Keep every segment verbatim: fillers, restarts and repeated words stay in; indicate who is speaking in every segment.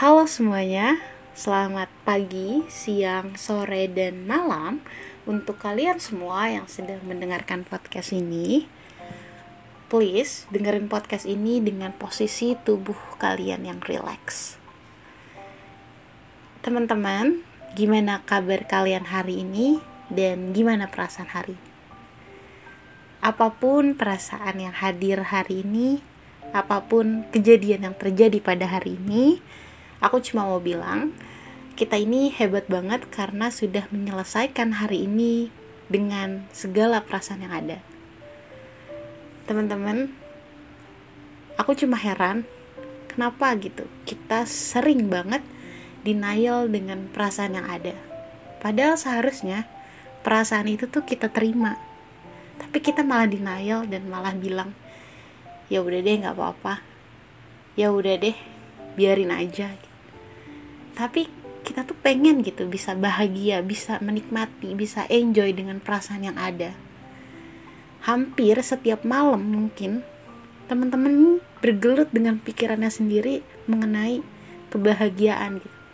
Speaker 1: Halo semuanya, selamat pagi, siang, sore, dan malam untuk kalian semua yang sedang mendengarkan podcast ini. Please dengerin podcast ini dengan posisi tubuh kalian yang rileks. Teman-teman, gimana kabar kalian hari ini dan gimana perasaan hari ini? Apapun perasaan yang hadir hari ini, apapun kejadian yang terjadi pada hari ini, aku cuma mau bilang, kita ini hebat banget karena sudah menyelesaikan hari ini dengan segala perasaan yang ada. Teman-teman, aku cuma heran, kenapa gitu kita sering banget denial dengan perasaan yang ada. Padahal seharusnya perasaan itu tuh kita terima, tapi kita malah denial dan malah bilang, ya udah deh nggak apa-apa, ya udah deh biarin aja. Tapi kita tuh pengen gitu bisa bahagia, bisa menikmati, bisa enjoy dengan perasaan yang ada. Hampir setiap malam mungkin teman-teman bergelut dengan pikirannya sendiri mengenai kebahagiaan gitu.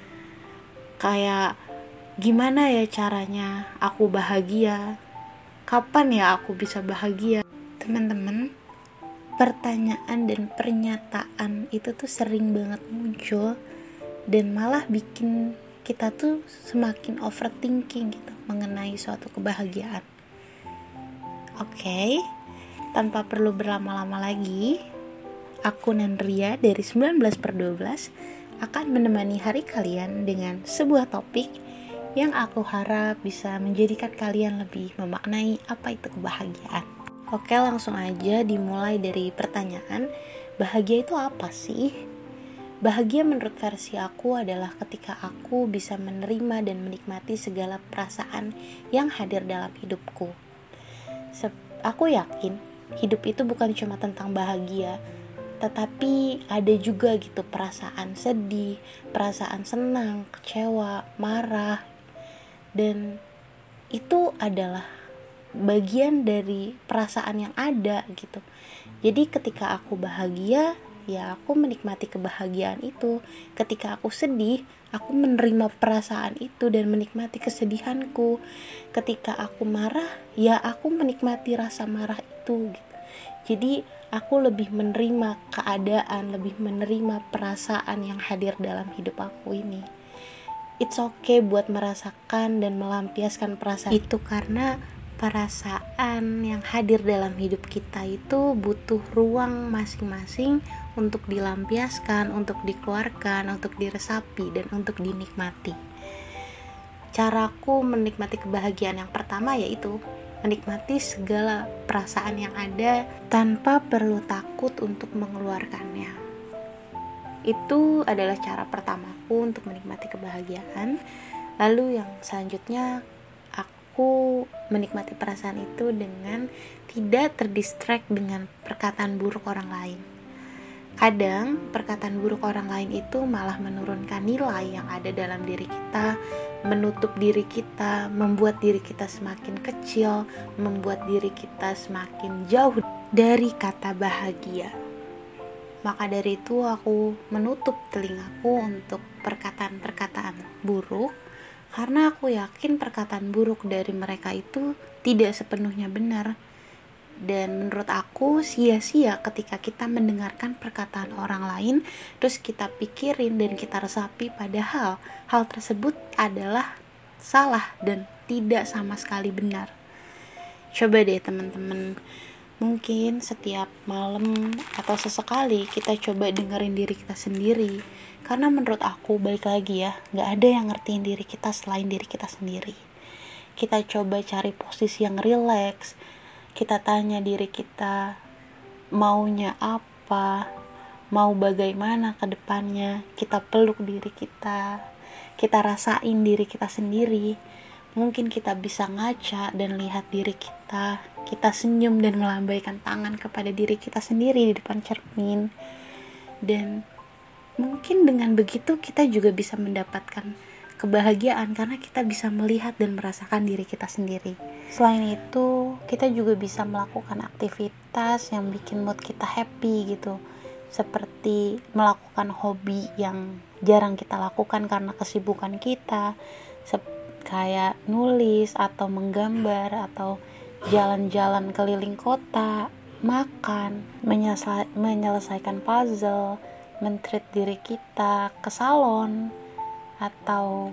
Speaker 1: Kayak gimana ya caranya aku bahagia? Kapan ya aku bisa bahagia? Teman-teman, pertanyaan dan pernyataan itu tuh sering banget muncul dan malah bikin kita tuh semakin overthinking gitu mengenai suatu kebahagiaan. Oke, okay, tanpa perlu berlama-lama lagi, aku Nandria dari sembilan belas per dua belas akan menemani hari kalian dengan sebuah topik yang aku harap bisa menjadikan kalian lebih memaknai apa itu kebahagiaan. Oke, langsung aja dimulai dari pertanyaan, bahagia itu apa sih? Bahagia menurut versi aku adalah ketika aku bisa menerima dan menikmati segala perasaan yang hadir dalam hidupku. Se- aku yakin hidup itu bukan cuma tentang bahagia, tetapi ada juga gitu perasaan sedih, perasaan senang, kecewa, marah, dan itu adalah bagian dari perasaan yang ada gitu. Jadi ketika aku bahagia, ya aku menikmati kebahagiaan itu. Ketika aku sedih, aku menerima perasaan itu dan menikmati kesedihanku. Ketika aku marah, ya aku menikmati rasa marah itu gitu. Jadi aku lebih menerima keadaan, lebih menerima perasaan yang hadir dalam hidup aku ini. It's okay buat merasakan dan melampiaskan perasaan itu, karena perasaan yang hadir dalam hidup kita itu butuh ruang masing-masing untuk dilampiaskan, untuk dikeluarkan, untuk diresapi, dan untuk dinikmati. Caraku menikmati kebahagiaan yang pertama yaitu menikmati segala perasaan yang ada tanpa perlu takut untuk mengeluarkannya. Itu adalah cara pertamaku untuk menikmati kebahagiaan. Lalu yang selanjutnya, aku menikmati perasaan itu dengan tidak terdistract dengan perkataan buruk orang lain. Kadang perkataan buruk orang lain itu malah menurunkan nilai yang ada dalam diri kita, menutup diri kita, membuat diri kita semakin kecil, membuat diri kita semakin jauh dari kata bahagia. Maka dari itu aku menutup telingaku untuk perkataan-perkataan buruk, karena aku yakin perkataan buruk dari mereka itu tidak sepenuhnya benar. Dan menurut aku sia-sia ketika kita mendengarkan perkataan orang lain, terus kita pikirin dan kita resapi, padahal hal tersebut adalah salah dan tidak sama sekali benar. Coba deh teman-teman, mungkin setiap malam atau sesekali kita coba dengerin diri kita sendiri. Karena menurut aku, balik lagi ya, gak ada yang ngertiin diri kita selain diri kita sendiri. Kita coba cari posisi yang rileks. Kita tanya diri kita maunya apa, mau bagaimana ke depannya. Kita peluk diri kita, kita rasain diri kita sendiri. Mungkin kita bisa ngaca dan lihat diri kita. Kita senyum dan melambaikan tangan kepada diri kita sendiri di depan cermin. Dan mungkin dengan begitu kita juga bisa mendapatkan kebahagiaan, karena kita bisa melihat dan merasakan diri kita sendiri. Selain itu, kita juga bisa melakukan aktivitas yang bikin mood kita happy gitu. seperti melakukan hobi yang jarang kita lakukan karena kesibukan kita, kayak nulis atau menggambar atau jalan-jalan keliling kota, makan, menyelesa- menyelesaikan puzzle, men-treat diri kita ke salon, atau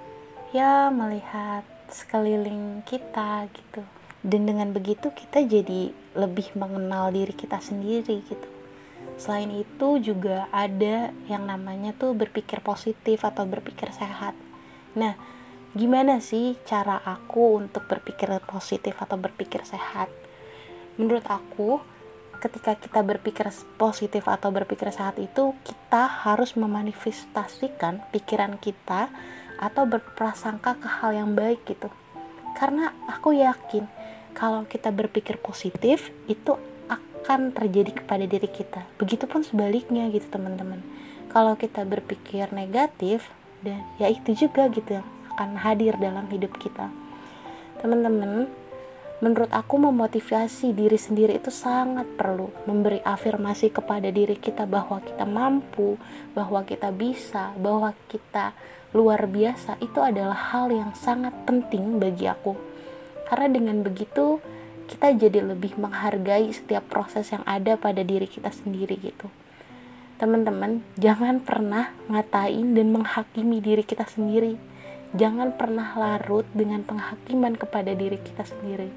Speaker 1: ya melihat sekeliling kita gitu. Dan dengan begitu kita jadi lebih mengenal diri kita sendiri gitu. Selain itu juga ada yang namanya tuh berpikir positif atau berpikir sehat. Nah, gimana sih cara aku untuk berpikir positif atau berpikir sehat? Menurut aku, ketika kita berpikir positif atau berpikir sehat itu, kita harus memanifestasikan pikiran kita atau berprasangka ke hal yang baik gitu. Karena aku yakin kalau kita berpikir positif itu akan terjadi kepada diri kita. Begitupun sebaliknya gitu teman-teman. Kalau kita berpikir negatif, dan ya itu juga gitu yang akan hadir dalam hidup kita. Teman-teman, menurut aku memotivasi diri sendiri itu sangat perlu. Memberi afirmasi kepada diri kita bahwa kita mampu, bahwa kita bisa, bahwa kita luar biasa, itu adalah hal yang sangat penting bagi aku. Karena dengan begitu kita jadi lebih menghargai setiap proses yang ada pada diri kita sendiri gitu. Teman-teman, jangan pernah ngatain dan menghakimi diri kita sendiri. Jangan pernah larut dengan penghakiman kepada diri kita sendiri.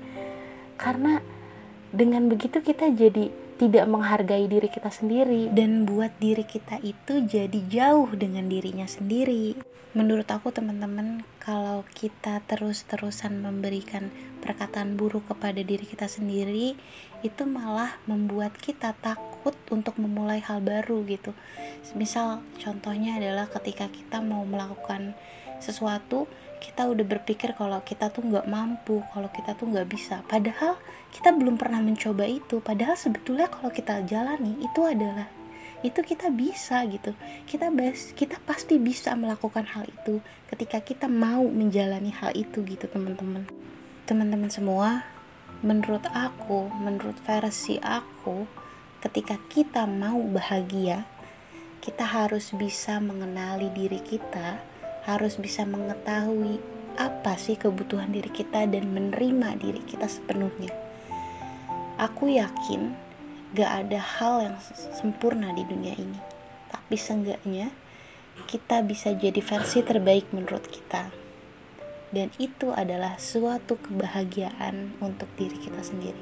Speaker 1: Karena dengan begitu kita jadi tidak menghargai diri kita sendiri dan buat diri kita itu jadi jauh dengan dirinya sendiri. Menurut aku teman-teman, kalau kita terus-terusan memberikan perkataan buruk kepada diri kita sendiri, itu malah membuat kita takut untuk memulai hal baru gitu. Misal contohnya adalah ketika kita mau melakukan sesuatu, kita udah berpikir kalau kita tuh gak mampu, kalau kita tuh gak bisa, padahal kita belum pernah mencoba itu. Padahal sebetulnya kalau kita jalani itu adalah itu kita bisa gitu, kita bas, kita pasti bisa melakukan hal itu ketika kita mau menjalani hal itu gitu teman-teman. Teman-teman semua, menurut aku, menurut versi aku, ketika kita mau bahagia, kita harus bisa mengenali diri kita, harus bisa mengetahui apa sih kebutuhan diri kita dan menerima diri kita sepenuhnya. Aku yakin gak ada hal yang sempurna di dunia ini, tapi seenggaknya kita bisa jadi versi terbaik menurut kita. Dan itu adalah suatu kebahagiaan untuk diri kita sendiri.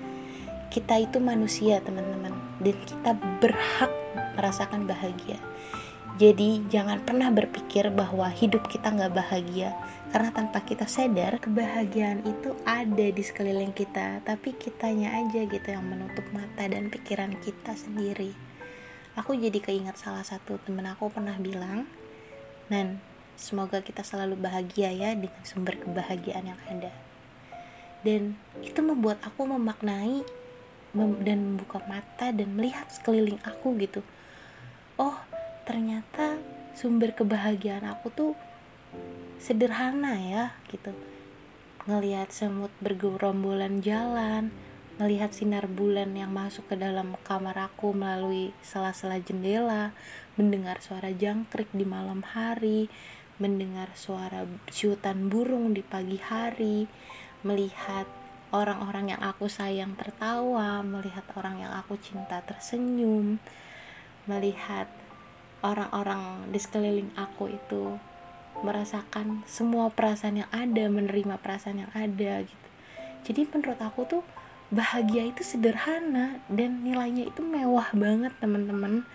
Speaker 1: Kita itu manusia teman-teman, dan kita berhak merasakan bahagia. Jadi jangan pernah berpikir bahwa hidup kita gak bahagia, karena tanpa kita sadar kebahagiaan itu ada di sekeliling kita, tapi kitanya aja gitu yang menutup mata dan pikiran kita sendiri. Aku jadi keingat salah satu temen aku pernah bilang, Nan, semoga kita selalu bahagia ya dengan sumber kebahagiaan yang ada. Dan itu membuat aku memaknai mem- dan membuka mata dan melihat sekeliling aku gitu. Oh, ternyata sumber kebahagiaan aku tuh sederhana ya gitu. Ngelihat semut bergerombolan jalan, melihat sinar bulan yang masuk ke dalam kamar aku melalui sela-sela jendela, mendengar suara jangkrik di malam hari, mendengar suara ciutan burung di pagi hari, melihat orang-orang yang aku sayang tertawa, melihat orang yang aku cinta tersenyum, melihat orang-orang di sekeliling aku itu merasakan semua perasaan yang ada, menerima perasaan yang ada gitu. Jadi menurut aku tuh bahagia itu sederhana dan nilainya itu mewah banget teman-teman.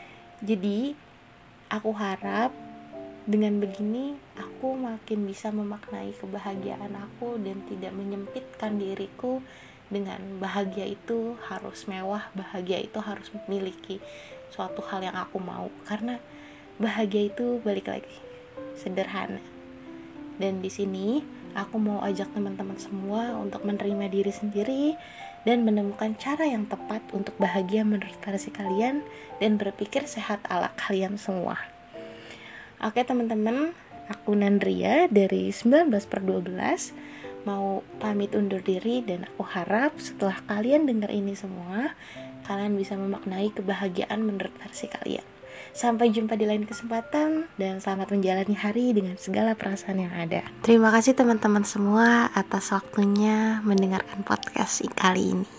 Speaker 1: Jadi aku harap dengan begini aku makin bisa memaknai kebahagiaan aku dan tidak menyempitkan diriku dengan bahagia itu harus mewah, bahagia itu harus memiliki suatu hal yang aku mau. Karena bahagia itu balik lagi sederhana. Dan di sini aku mau ajak teman-teman semua untuk menerima diri sendiri dan menemukan cara yang tepat untuk bahagia menurut versi kalian dan berpikir sehat ala kalian semua. Oke teman-teman, aku Nandria dari sembilan belas per dua belas mau pamit undur diri, dan aku harap setelah kalian dengar ini semua, kalian bisa memaknai kebahagiaan menurut versi kalian. Sampai jumpa di lain kesempatan, dan selamat menjalani hari dengan segala perasaan yang ada. Terima kasih teman-teman semua atas waktunya mendengarkan podcast kali ini.